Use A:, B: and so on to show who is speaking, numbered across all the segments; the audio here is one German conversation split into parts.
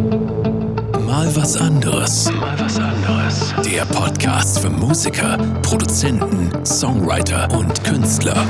A: Mal was anderes. Mal was anderes. Der Podcast für Musiker, Produzenten, Songwriter und Künstler.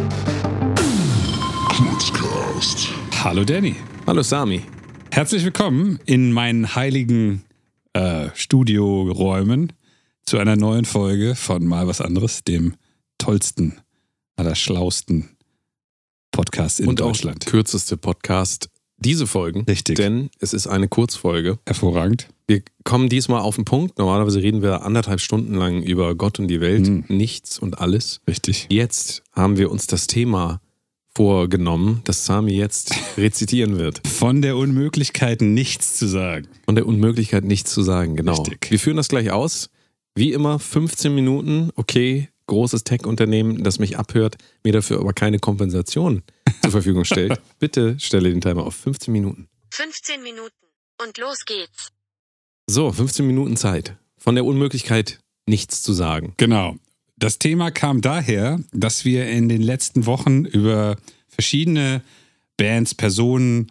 B: Kurzcast.
C: Hallo Danny.
D: Hallo Sami.
C: Herzlich willkommen in meinen heiligen Studioräumen zu einer neuen Folge von Mal was anderes, dem tollsten, allerschlausten Podcast in Deutschland.
D: Und auch kürzeste Podcast diese Folgen.
C: Richtig.
D: Denn es ist eine Kurzfolge.
C: Hervorragend.
D: Wir kommen diesmal auf den Punkt. Normalerweise reden wir 1,5 Stunden lang über Gott und die Welt, nichts und alles.
C: Richtig.
D: Jetzt haben wir uns das Thema vorgenommen, das Sami jetzt rezitieren wird.
C: Von der Unmöglichkeit, nichts zu sagen.
D: Von der Unmöglichkeit, nichts zu sagen, genau.
C: Richtig.
D: Wir führen das gleich aus. Wie immer 15 Minuten, okay, großes Tech-Unternehmen, das mich abhört, mir dafür aber keine Kompensation zur Verfügung stellt. Bitte stelle den Timer auf 15 Minuten.
E: 15 Minuten. Und los geht's.
D: So, 15 Minuten Zeit. Von der Unmöglichkeit, nichts zu sagen.
C: Genau. Das Thema kam daher, dass wir in den letzten Wochen über verschiedene Bands, Personen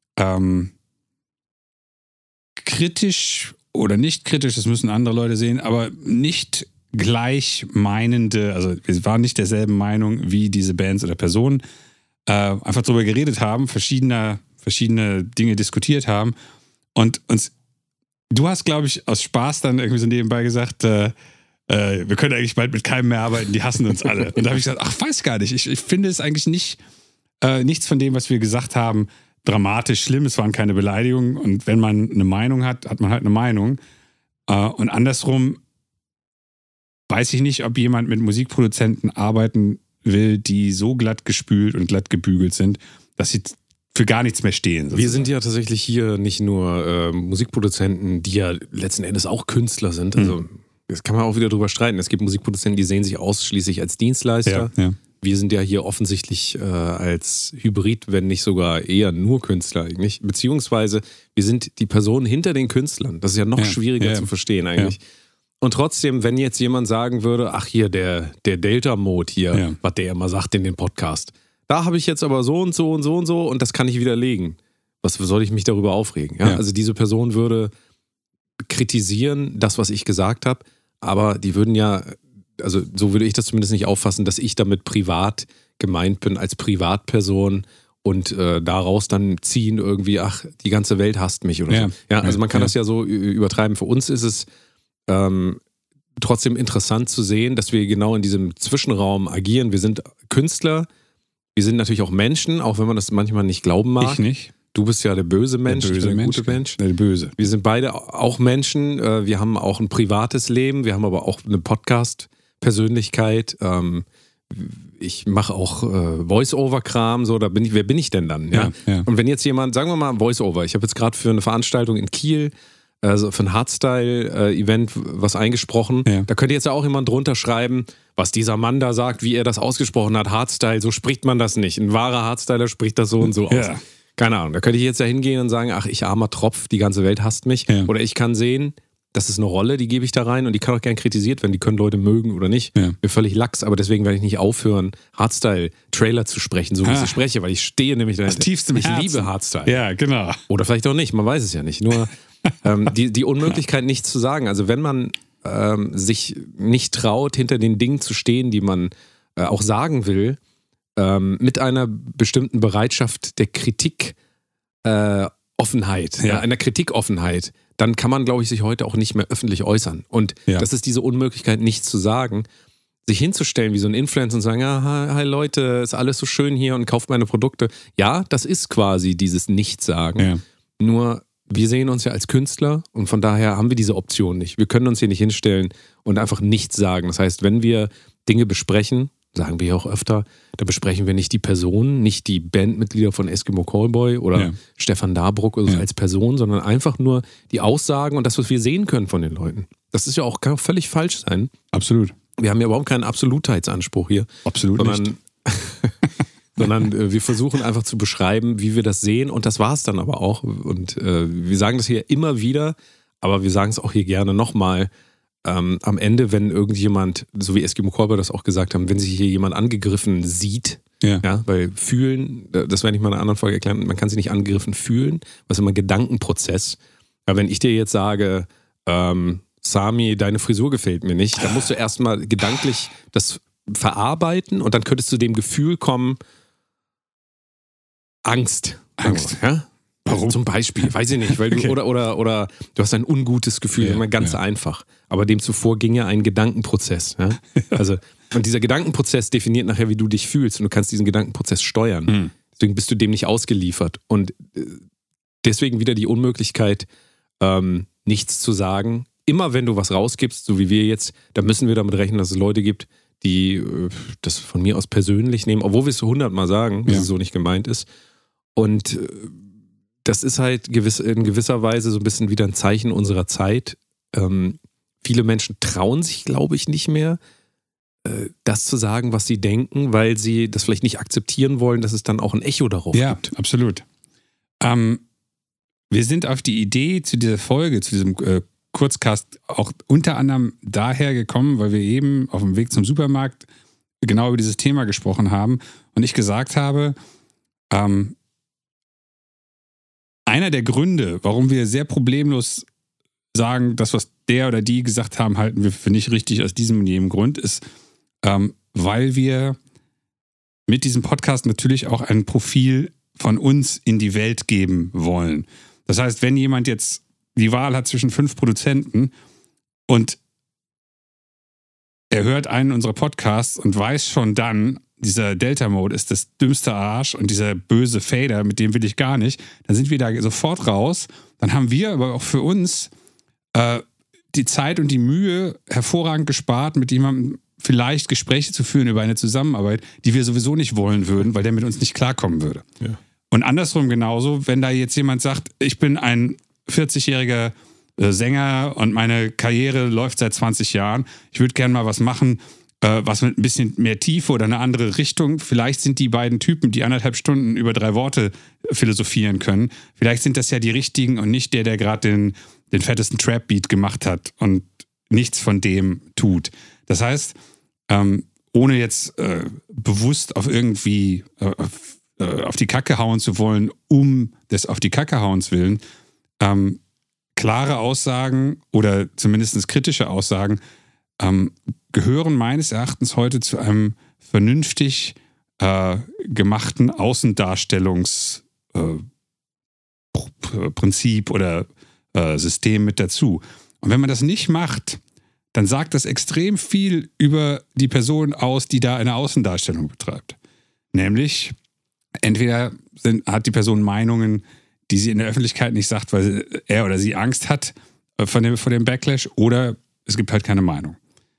C: kritisch oder nicht kritisch, das müssen andere Leute sehen, aber nicht gleich meinende, also wir waren nicht derselben Meinung wie diese Bands oder Personen, einfach darüber geredet haben, verschiedene Dinge diskutiert haben und uns, du hast, glaube ich, aus Spaß dann irgendwie so nebenbei gesagt, wir können eigentlich bald mit keinem mehr arbeiten, die hassen uns alle. Und da habe ich gesagt, ach, weiß gar nicht, ich finde es eigentlich nicht, nichts von dem, was wir gesagt haben, dramatisch schlimm, es waren keine Beleidigungen und wenn man eine Meinung hat, hat man halt eine Meinung. Und andersrum weiß ich nicht, ob jemand mit Musikproduzenten arbeiten will, die so glatt gespült und glatt gebügelt sind, dass sie für gar nichts mehr stehen. Sozusagen.
D: Wir sind ja tatsächlich hier nicht nur Musikproduzenten, die ja letzten Endes auch Künstler sind. Also das kann man auch wieder drüber streiten. Es gibt Musikproduzenten, die sehen sich ausschließlich als Dienstleister.
C: Ja.
D: Wir sind ja hier offensichtlich als Hybrid, wenn nicht sogar eher nur Künstler eigentlich. Beziehungsweise wir sind die Person hinter den Künstlern. Das ist ja noch schwieriger zu verstehen eigentlich. Ja. Und trotzdem, wenn jetzt jemand sagen würde, ach hier, der Delta-Mode hier, was der immer sagt in den Podcast, da habe ich jetzt aber so und so und so und so und das kann ich widerlegen. Was soll ich mich darüber aufregen? Ja? Also diese Person würde kritisieren, das, was ich gesagt habe, aber die würden ja, also so würde ich das zumindest nicht auffassen, dass ich damit privat gemeint bin, als Privatperson und daraus dann ziehen irgendwie, ach, die ganze Welt hasst mich oder so. Ja, also man kann das ja so übertreiben. Für uns ist es trotzdem interessant zu sehen, dass wir genau in diesem Zwischenraum agieren. Wir sind Künstler, wir sind natürlich auch Menschen, auch wenn man das manchmal nicht glauben mag.
C: Ich nicht.
D: Du bist ja der böse Mensch, der gute Mensch.
C: Der böse.
D: Wir sind beide auch Menschen, wir haben auch ein privates Leben, wir haben aber auch eine Podcast-Persönlichkeit. Ich mache auch Voice-Over-Kram, so, wer bin ich denn dann? Ja? Und wenn jetzt jemand, sagen wir mal Voice-Over, ich habe jetzt gerade für eine Veranstaltung in Kiel, also für ein Hardstyle-Event was eingesprochen. Ja. Da könnte jetzt ja auch jemand drunter schreiben, was dieser Mann da sagt, wie er das ausgesprochen hat. Hardstyle, so spricht man das nicht. Ein wahrer Hardstyler spricht das so und so aus. Keine Ahnung, da könnte ich jetzt ja hingehen und sagen, ach, ich armer Tropf, die ganze Welt hasst mich. Ja. Oder ich kann sehen, das ist eine Rolle, die gebe ich da rein und die kann auch gern kritisiert werden. Die können Leute mögen oder nicht. Ja. Mir völlig lax, aber deswegen werde ich nicht aufhören, Hardstyle-Trailer zu sprechen, so wie ich spreche, weil ich stehe nämlich da.
C: Ich
D: liebe Hardstyle.
C: Ja, genau.
D: Oder vielleicht auch nicht, man weiß es ja nicht. Nur die Unmöglichkeit, nichts zu sagen. Also wenn man sich nicht traut, hinter den Dingen zu stehen, die man auch sagen will, mit einer bestimmten Bereitschaft der Kritik Offenheit, einer Kritikoffenheit, dann kann man, glaube ich, sich heute auch nicht mehr öffentlich äußern. Und das ist diese Unmöglichkeit, nichts zu sagen, sich hinzustellen wie so ein Influencer und sagen, ja, hi Leute, ist alles so schön hier und kauft meine Produkte. Ja, das ist quasi dieses Nichtsagen. Ja. Nur wir sehen uns ja als Künstler und von daher haben wir diese Option nicht. Wir können uns hier nicht hinstellen und einfach nichts sagen. Das heißt, wenn wir Dinge besprechen, sagen wir ja auch öfter, da besprechen wir nicht die Person, nicht die Bandmitglieder von Eskimo Callboy oder Stefan Dabruck oder so als Person, sondern einfach nur die Aussagen und das, was wir sehen können von den Leuten. Das ist ja auch, kann auch völlig falsch sein.
C: Absolut.
D: Wir haben ja überhaupt keinen Absolutheitsanspruch hier.
C: Absolut nicht.
D: Sondern wir versuchen einfach zu beschreiben, wie wir das sehen und das war es dann aber auch. Und wir sagen das hier immer wieder, aber wir sagen es auch hier gerne nochmal. am Ende, wenn irgendjemand, so wie Eskimo Callboy das auch gesagt haben, wenn sich hier jemand angegriffen sieht, ja, weil fühlen, das werde ich mal in einer anderen Folge erklären, man kann sich nicht angegriffen fühlen, was ist immer ein Gedankenprozess. Aber wenn ich dir jetzt sage, Sami, deine Frisur gefällt mir nicht, dann musst du erstmal gedanklich das verarbeiten und dann könntest du dem Gefühl kommen, Angst. Ja? Warum? Zum Beispiel, weiß ich nicht, weil du, oder du hast ein ungutes Gefühl, immer ganz einfach. Aber dem zuvor ging ja ein Gedankenprozess. Ja? Also, und dieser Gedankenprozess definiert nachher, wie du dich fühlst und du kannst diesen Gedankenprozess steuern. Deswegen bist du dem nicht ausgeliefert. Und deswegen wieder die Unmöglichkeit, nichts zu sagen. Immer wenn du was rausgibst, so wie wir jetzt, dann müssen wir damit rechnen, dass es Leute gibt, die das von mir aus persönlich nehmen, obwohl wir es 100-mal sagen, dass es so nicht gemeint ist. Und das ist halt in gewisser Weise so ein bisschen wieder ein Zeichen unserer Zeit. Viele Menschen trauen sich, glaube ich, nicht mehr, das zu sagen, was sie denken, weil sie das vielleicht nicht akzeptieren wollen, dass es dann auch ein Echo darauf gibt.
C: Ja, absolut. Wir sind auf die Idee zu dieser Folge, zu diesem Kurzcast auch unter anderem daher gekommen, weil wir eben auf dem Weg zum Supermarkt genau über dieses Thema gesprochen haben und ich gesagt habe, einer der Gründe, warum wir sehr problemlos sagen, das, was der oder die gesagt haben, halten wir für nicht richtig aus diesem und jenem Grund, ist, weil wir mit diesem Podcast natürlich auch ein Profil von uns in die Welt geben wollen. Das heißt, wenn jemand jetzt die Wahl hat zwischen 5 Produzenten und er hört einen unserer Podcasts und weiß schon dann, dieser Delta-Mode ist das dümmste Arsch und dieser böse Fader, mit dem will ich gar nicht, dann sind wir da sofort raus. Dann haben wir aber auch für uns die Zeit und die Mühe hervorragend gespart, mit jemandem vielleicht Gespräche zu führen über eine Zusammenarbeit, die wir sowieso nicht wollen würden, weil der mit uns nicht klarkommen würde. Ja. Und andersrum genauso, wenn da jetzt jemand sagt, ich bin ein 40-jähriger Sänger und meine Karriere läuft seit 20 Jahren, ich würde gerne mal was machen, was mit ein bisschen mehr Tiefe oder eine andere Richtung. Vielleicht sind die beiden Typen, die 1,5 Stunden über 3 Worte philosophieren können, vielleicht sind das ja die richtigen und nicht der gerade den fettesten Trap-Beat gemacht hat und nichts von dem tut. Das heißt, ohne jetzt bewusst auf irgendwie auf die Kacke hauen zu wollen, um des auf die Kacke hauens willen, klare Aussagen oder zumindest kritische Aussagen gehören meines Erachtens heute zu einem vernünftig gemachten Außendarstellungsprinzip oder System mit dazu. Und wenn man das nicht macht, dann sagt das extrem viel über die Person aus, die da eine Außendarstellung betreibt. Nämlich, entweder hat die Person Meinungen, die sie in der Öffentlichkeit nicht sagt, weil er oder sie Angst hat vor dem Backlash, oder es gibt halt keine Meinung.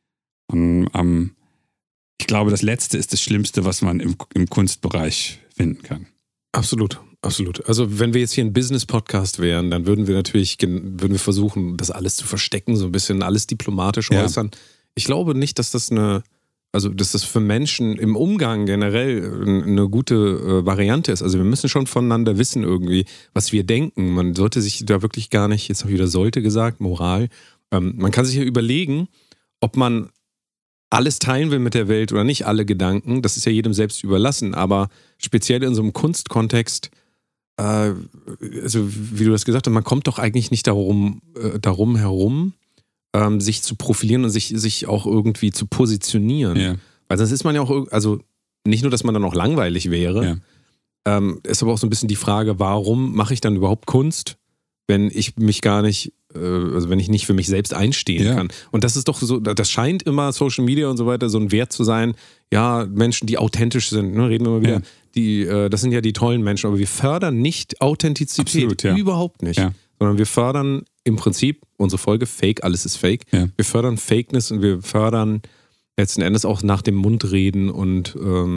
C: Und ich glaube, das Letzte ist das Schlimmste, was man im Kunstbereich finden kann.
D: Absolut, absolut. Also wenn wir jetzt hier ein Business-Podcast wären, dann würden wir versuchen, das alles zu verstecken, so ein bisschen alles diplomatisch äußern. Ich glaube nicht, dass das für Menschen im Umgang generell eine gute Variante ist. Also wir müssen schon voneinander wissen irgendwie, was wir denken. Man sollte sich da wirklich gar nicht, jetzt habe ich wieder sollte gesagt, Moral. Man kann sich ja überlegen, ob man alles teilen will mit der Welt oder nicht, alle Gedanken. Das ist ja jedem selbst überlassen. Aber speziell in so einem Kunstkontext, also wie du das gesagt hast, man kommt doch eigentlich nicht darum herum, sich zu profilieren und sich auch irgendwie zu positionieren. Ja. Weil sonst ist man ja auch, also nicht nur, dass man dann auch langweilig wäre, ist aber auch so ein bisschen die Frage, warum mache ich dann überhaupt Kunst, wenn ich mich gar nicht, wenn ich nicht für mich selbst einstehen kann. Und das ist doch so, das scheint immer Social Media und so weiter so ein Wert zu sein, ja, Menschen, die authentisch sind, ne, reden wir immer wieder, das sind ja die tollen Menschen, aber wir fördern nicht Authentizität, überhaupt nicht, sondern wir fördern im Prinzip unsere Folge Fake, alles ist Fake. Ja. Wir fördern Fakeness und wir fördern letzten Endes auch nach dem Mund reden und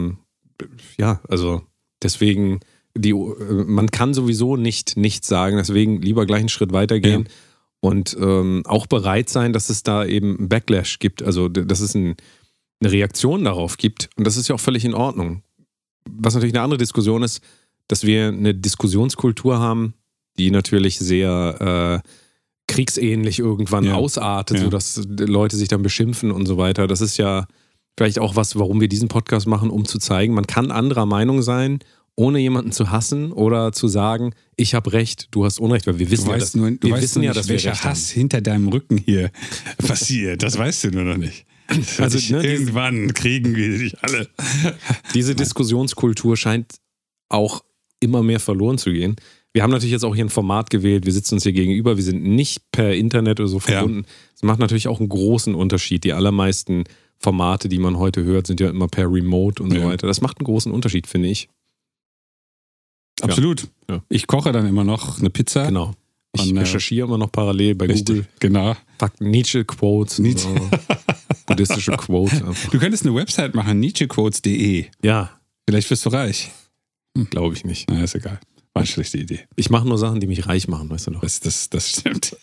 D: also deswegen, man kann sowieso nicht nichts sagen, deswegen lieber gleich einen Schritt weitergehen und auch bereit sein, dass es da eben einen Backlash gibt, also dass es eine Reaktion darauf gibt und das ist ja auch völlig in Ordnung. Was natürlich eine andere Diskussion ist, dass wir eine Diskussionskultur haben, die natürlich sehr kriegsähnlich irgendwann ausartet, sodass Leute sich dann beschimpfen und so weiter. Das ist ja vielleicht auch was, warum wir diesen Podcast machen, um zu zeigen, man kann anderer Meinung sein, ohne jemanden zu hassen oder zu sagen, ich habe Recht, du hast Unrecht, weil wir wissen dass
C: welcher Hass hinter deinem Rücken hier passiert. Das weißt du nur noch nicht. Also irgendwann kriegen wir dich alle.
D: Diese Diskussionskultur scheint auch immer mehr verloren zu gehen. Wir haben natürlich jetzt auch hier ein Format gewählt, wir sitzen uns hier gegenüber, wir sind nicht per Internet oder so verbunden. Das macht natürlich auch einen großen Unterschied. Die allermeisten Formate, die man heute hört, sind ja immer per Remote und so weiter. Das macht einen großen Unterschied, finde ich.
C: Absolut. Ja. Ich koche dann immer noch eine Pizza.
D: Genau. Ich recherchiere immer noch parallel bei Google.
C: Genau.
D: Nietzsche-Quotes. Buddhistische Quotes. Einfach.
C: Du könntest eine Website machen, nietzschequotes.de.
D: Ja.
C: Vielleicht wirst du reich.
D: Glaube ich nicht.
C: Na, ist egal. War eine schlechte Idee.
D: Ich mache nur Sachen, die mich reich machen, weißt du noch.
C: Das stimmt.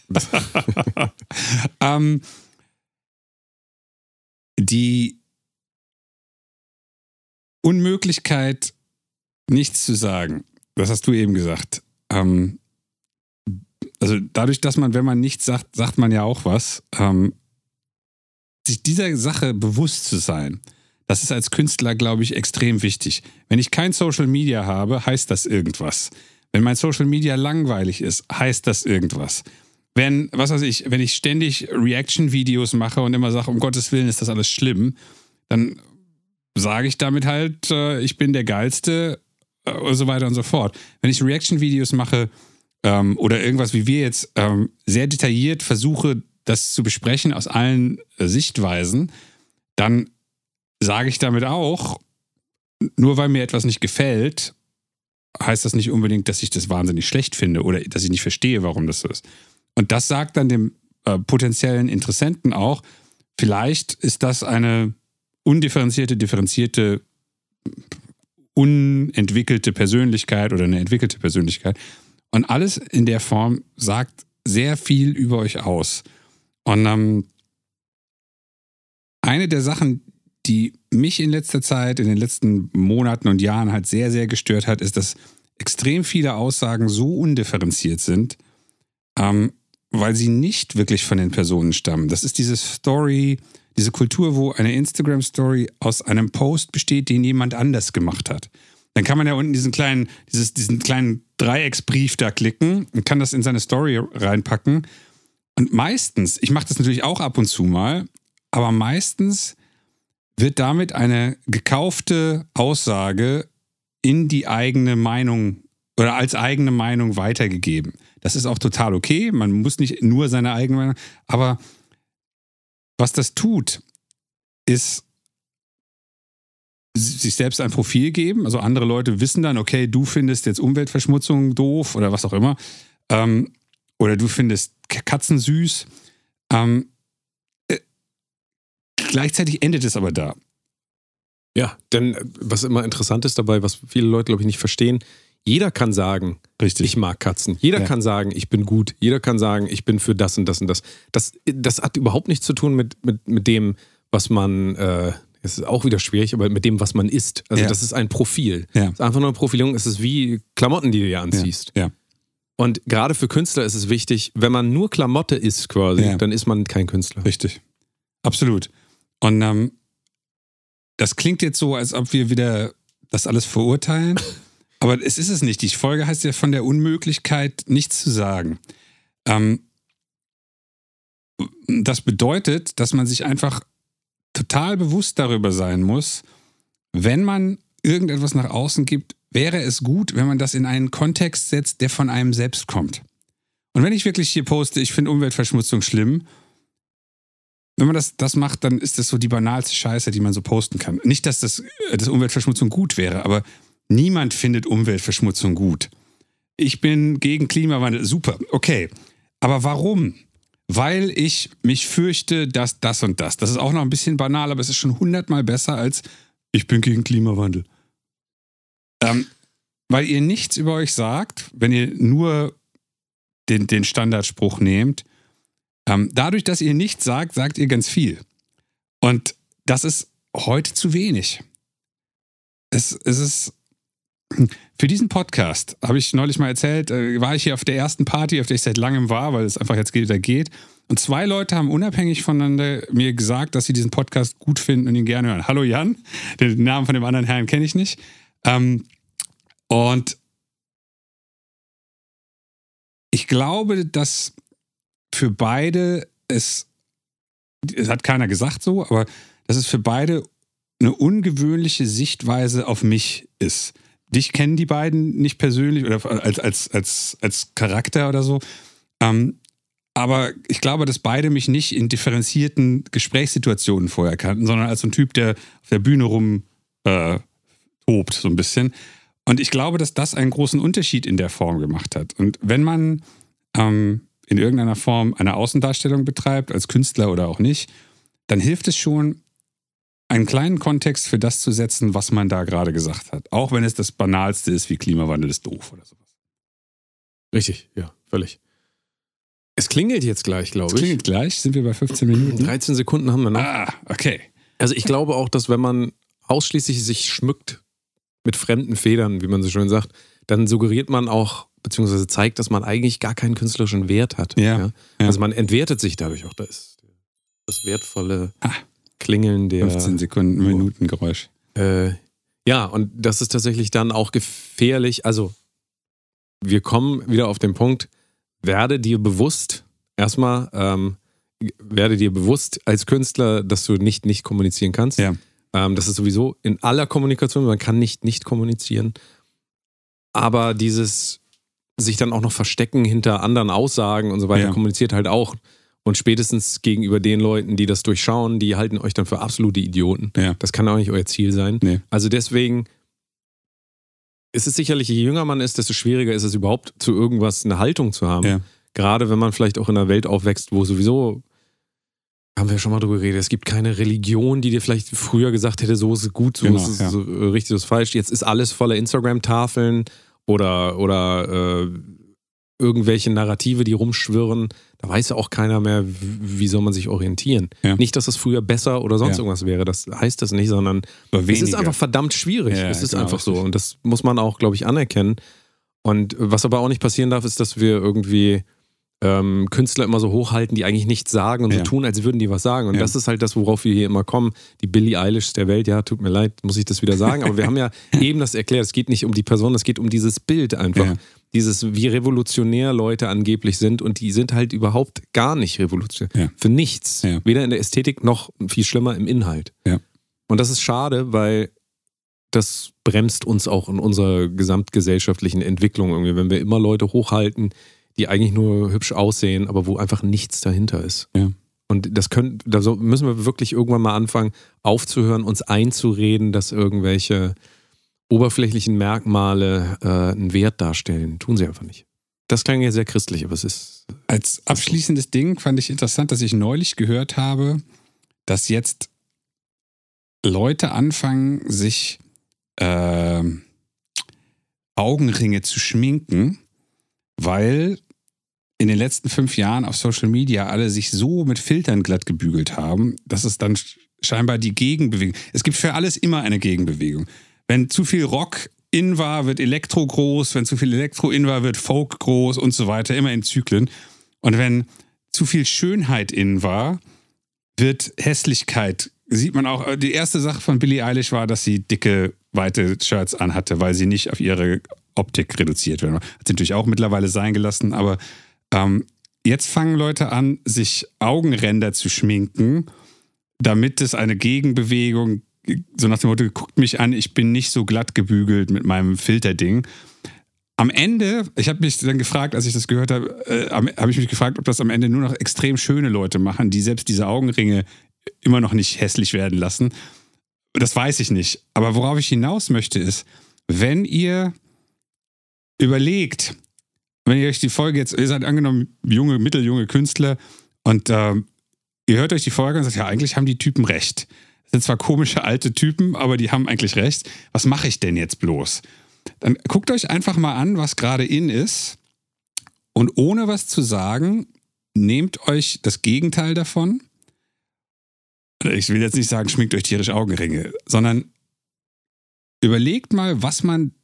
C: Die Unmöglichkeit, nichts zu sagen, das hast du eben gesagt. Also dadurch, dass man, wenn man nichts sagt, sagt man ja auch was. Sich dieser Sache bewusst zu sein, das ist als Künstler, glaube ich, extrem wichtig. Wenn ich kein Social Media habe, heißt das irgendwas. Wenn mein Social Media langweilig ist, heißt das irgendwas. Wenn ich ständig Reaction-Videos mache und immer sage, um Gottes Willen ist das alles schlimm, dann sage ich damit halt, ich bin der Geilste und so weiter und so fort. Wenn ich Reaction-Videos mache oder irgendwas wie wir jetzt sehr detailliert versuche, das zu besprechen aus allen Sichtweisen, dann sage ich damit auch, nur weil mir etwas nicht gefällt, heißt das nicht unbedingt, dass ich das wahnsinnig schlecht finde oder dass ich nicht verstehe, warum das so ist. Und das sagt dann dem potenziellen Interessenten auch, vielleicht ist das eine differenzierte, unentwickelte Persönlichkeit oder eine entwickelte Persönlichkeit. Und alles in der Form sagt sehr viel über euch aus. Und eine der Sachen, die mich in letzter Zeit, in den letzten Monaten und Jahren halt sehr, sehr gestört hat, ist, dass extrem viele Aussagen so undifferenziert sind, weil sie nicht wirklich von den Personen stammen. Das ist diese Kultur, wo eine Instagram-Story aus einem Post besteht, den jemand anders gemacht hat. Dann kann man ja unten diesen kleinen Dreiecksbrief da klicken und kann das in seine Story reinpacken. Und meistens, ich mache das natürlich auch ab und zu mal, aber meistens wird damit eine gekaufte Aussage in die eigene Meinung oder als eigene Meinung weitergegeben. Das ist auch total okay, man muss nicht nur seine eigene Meinung, aber was das tut, ist sich selbst ein Profil geben, also andere Leute wissen dann, okay, du findest jetzt Umweltverschmutzung doof oder was auch immer, oder du findest Katzen süß. Gleichzeitig endet es aber da.
D: Ja, denn was immer interessant ist dabei, was viele Leute, glaube ich, nicht verstehen, jeder kann sagen,
C: richtig,
D: ich mag Katzen. Jeder kann sagen, ich bin gut. Jeder kann sagen, ich bin für das und das und das. Das hat überhaupt nichts zu tun mit dem, was man, es ist auch wieder schwierig, aber mit dem, was man ist. Also das ist ein Profil.
C: Ja.
D: Das ist einfach nur eine Profilierung. Es ist wie Klamotten, die du dir anziehst.
C: Ja.
D: Und gerade für Künstler ist es wichtig, wenn man nur Klamotte ist quasi, dann ist man kein Künstler.
C: Richtig. Absolut. Und das klingt jetzt so, als ob wir wieder das alles verurteilen. Aber es ist es nicht. Die Folge heißt ja von der Unmöglichkeit, nichts zu sagen. Das bedeutet, dass man sich einfach total bewusst darüber sein muss, wenn man irgendetwas nach außen gibt, wäre es gut, wenn man das in einen Kontext setzt, der von einem selbst kommt. Und wenn ich wirklich hier poste, ich finde Umweltverschmutzung schlimm, wenn man das macht, dann ist das so die banalste Scheiße, die man so posten kann. Nicht, dass Umweltverschmutzung gut wäre, aber niemand findet Umweltverschmutzung gut. Ich bin gegen Klimawandel, super, okay. Aber warum? Weil ich mich fürchte, dass das und das. Das ist auch noch ein bisschen banal, aber es ist schon 100-mal besser als ich bin gegen Klimawandel. Weil ihr nichts über euch sagt, wenn ihr nur den Standardspruch nehmt. Dadurch, dass ihr nichts sagt, sagt ihr ganz viel. Und das ist heute zu wenig. Es ist für diesen Podcast, habe ich neulich mal erzählt, war ich hier auf der ersten Party, auf der ich seit langem war, weil es einfach jetzt wieder geht. Und 2 Leute haben unabhängig voneinander mir gesagt, dass sie diesen Podcast gut finden und ihn gerne hören. Hallo Jan, den Namen von dem anderen Herrn kenne ich nicht. Und ich glaube, dass für beide es hat keiner gesagt so, aber dass es für beide eine ungewöhnliche Sichtweise auf mich ist. Dich kennen die beiden nicht persönlich oder als Charakter oder so. Aber ich glaube, dass beide mich nicht in differenzierten Gesprächssituationen vorher kannten, sondern als so ein Typ, der auf der Bühne rum tobt, so ein bisschen. Und ich glaube, dass das einen großen Unterschied in der Form gemacht hat. Und wenn man in irgendeiner Form eine Außendarstellung betreibt, als Künstler oder auch nicht, dann hilft es schon, einen kleinen Kontext für das zu setzen, was man da gerade gesagt hat. Auch wenn es das Banalste ist, wie Klimawandel ist doof oder sowas.
D: Richtig, ja, völlig. Es klingelt jetzt gleich, glaube ich.
C: Es klingelt gleich, sind wir bei 15 Minuten?
D: 13 Sekunden haben wir noch.
C: Ah, okay.
D: Also ich glaube auch, dass wenn man ausschließlich sich schmückt mit fremden Federn, wie man so schön sagt, dann suggeriert man auch, beziehungsweise zeigt, dass man eigentlich gar keinen künstlerischen Wert hat.
C: Ja.
D: Also man entwertet sich dadurch auch. Da ist das wertvolle Klingeln der
C: 15 Sekunden, Minutengeräusch.
D: Ja, und das ist tatsächlich dann auch gefährlich. Also wir kommen wieder auf den Punkt, werde dir bewusst als Künstler, dass du nicht kommunizieren kannst.
C: Ja.
D: Das ist sowieso in aller Kommunikation, man kann nicht kommunizieren. Aber dieses sich dann auch noch verstecken hinter anderen Aussagen und so weiter, kommuniziert halt auch. Und spätestens gegenüber den Leuten, die das durchschauen, die halten euch dann für absolute Idioten.
C: Ja.
D: Das kann auch nicht euer Ziel sein.
C: Nee.
D: Also deswegen ist es sicherlich, je jünger man ist, desto schwieriger ist es überhaupt, zu irgendwas eine Haltung zu haben.
C: Ja.
D: Gerade wenn man vielleicht auch in einer Welt aufwächst, wo sowieso, haben wir schon mal drüber geredet, es gibt keine Religion, die dir vielleicht früher gesagt hätte, so ist es gut, so ist es so richtig, so ist es falsch. Jetzt ist alles voller Instagram-Tafeln oder irgendwelche Narrative, die rumschwirren. Da weiß ja auch keiner mehr, wie soll man sich orientieren. Ja. Nicht, dass es früher besser oder sonst irgendwas wäre, das heißt das nicht, sondern es ist einfach verdammt schwierig. Es ist einfach so und das muss man auch, glaube ich, anerkennen. Und was aber auch nicht passieren darf, ist, dass wir irgendwie Künstler immer so hochhalten, die eigentlich nichts sagen und so tun, als würden die was sagen. Und das ist halt das, worauf wir hier immer kommen. Die Billie Eilish der Welt, ja, tut mir leid, muss ich das wieder sagen. Aber wir haben ja eben das erklärt, es geht nicht um die Person, es geht um dieses Bild einfach. Ja. Dieses, wie revolutionär Leute angeblich sind und die sind halt überhaupt gar nicht revolutionär. Ja. Für nichts. Ja. Weder in der Ästhetik noch, viel schlimmer, im Inhalt. Ja. Und das ist schade, weil das bremst uns auch in unserer gesamtgesellschaftlichen Entwicklung irgendwie, wenn wir immer Leute hochhalten, die eigentlich nur hübsch aussehen, aber wo einfach nichts dahinter ist. Ja. Und da müssen wir wirklich irgendwann mal anfangen, aufzuhören, uns einzureden, dass irgendwelche oberflächlichen Merkmale einen Wert darstellen. Tun sie einfach nicht. Das klang ja sehr christlich, aber es ist...
C: Als abschließendes Ding fand ich interessant, dass ich neulich gehört habe, dass jetzt Leute anfangen, sich Augenringe zu schminken, weil in den letzten 5 Jahren auf Social Media alle sich so mit Filtern glatt gebügelt haben, dass es dann scheinbar die Gegenbewegung... Es gibt für alles immer eine Gegenbewegung. Wenn zu viel Rock in war, wird Elektro groß. Wenn zu viel Elektro in war, wird Folk groß und so weiter. Immer in Zyklen. Und wenn zu viel Schönheit in war, wird Hässlichkeit. Sieht man auch, die erste Sache von Billie Eilish war, dass sie dicke, weite Shirts anhatte, weil sie nicht auf ihre Optik reduziert werden. Hat sie natürlich auch mittlerweile sein gelassen. Aber jetzt fangen Leute an, sich Augenränder zu schminken, damit es eine Gegenbewegung, so nach dem Motto, guckt mich an, ich bin nicht so glatt gebügelt mit meinem Filterding. Am Ende, ich habe mich dann gefragt, als ich das gehört habe, habe ich mich gefragt, ob das am Ende nur noch extrem schöne Leute machen, die selbst diese Augenringe immer noch nicht hässlich werden lassen. Das weiß ich nicht. Aber worauf ich hinaus möchte ist, wenn ihr überlegt, wenn ihr euch die Folge jetzt, ihr seid angenommen mitteljunge Künstler und ihr hört euch die Folge und sagt, ja, eigentlich haben die Typen recht. Das sind zwar komische alte Typen, aber die haben eigentlich recht. Was mache ich denn jetzt bloß? Dann guckt euch einfach mal an, was gerade in ist und ohne was zu sagen, nehmt euch das Gegenteil davon. Ich will jetzt nicht sagen, schminkt euch tierisch Augenringe, sondern überlegt mal, was man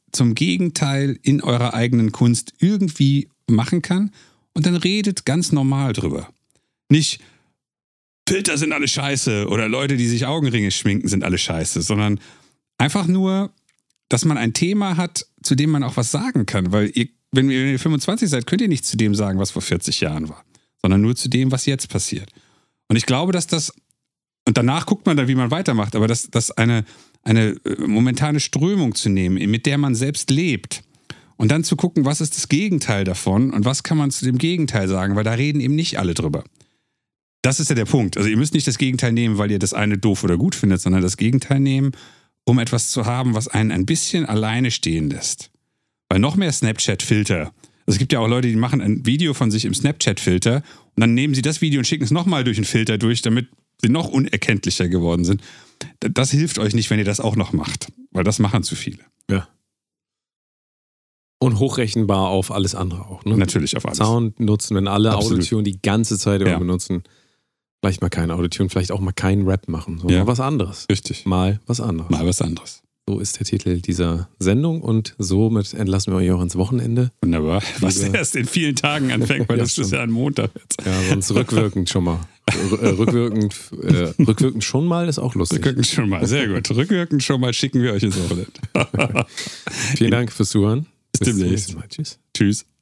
C: zum Gegenteil in eurer eigenen Kunst irgendwie machen kann und dann redet ganz normal drüber. Nicht Filter sind alle scheiße oder Leute, die sich Augenringe schminken, sind alle scheiße, sondern einfach nur, dass man ein Thema hat, zu dem man auch was sagen kann, weil wenn ihr 25 seid, könnt ihr nicht zu dem sagen, was vor 40 Jahren war, sondern nur zu dem, was jetzt passiert. Und ich glaube, dass das, und danach guckt man dann, wie man weitermacht, aber dass eine momentane Strömung zu nehmen, mit der man selbst lebt und dann zu gucken, was ist das Gegenteil davon und was kann man zu dem Gegenteil sagen, weil da reden eben nicht alle drüber. Das ist ja der Punkt. Also ihr müsst nicht das Gegenteil nehmen, weil ihr das eine doof oder gut findet, sondern das Gegenteil nehmen, um etwas zu haben, was einen ein bisschen alleine stehen lässt. Weil noch mehr Snapchat-Filter. Also es gibt ja auch Leute, die machen ein Video von sich im Snapchat-Filter und dann nehmen sie das Video und schicken es nochmal durch einen Filter durch, damit sie noch unerkenntlicher geworden sind. Das hilft euch nicht, wenn ihr das auch noch macht, weil das machen zu viele.
D: Ja. Und hochrechenbar auf alles andere auch, ne?
C: Natürlich auf alles.
D: Sound nutzen, wenn alle
C: Absolut.
D: Autotune die ganze Zeit immer benutzen. Vielleicht mal keine Autotune, vielleicht auch mal keinen Rap machen, sondern mal was anderes.
C: Richtig.
D: Mal was anderes.
C: Mal was anderes.
D: So ist der Titel dieser Sendung und somit entlassen wir euch auch ins Wochenende.
C: Wunderbar. Was erst in vielen Tagen anfängt, weil das ist ja ein Montag jetzt.
D: Ja, sonst rückwirkend schon mal. Rückwirkend schon mal ist auch lustig.
C: Rückwirkend schon mal, sehr gut. Rückwirkend schon mal schicken wir euch ins Wochenende.
D: Vielen Dank fürs Zuhören.
C: Bis demnächst.
D: Tschüss.
C: Tschüss.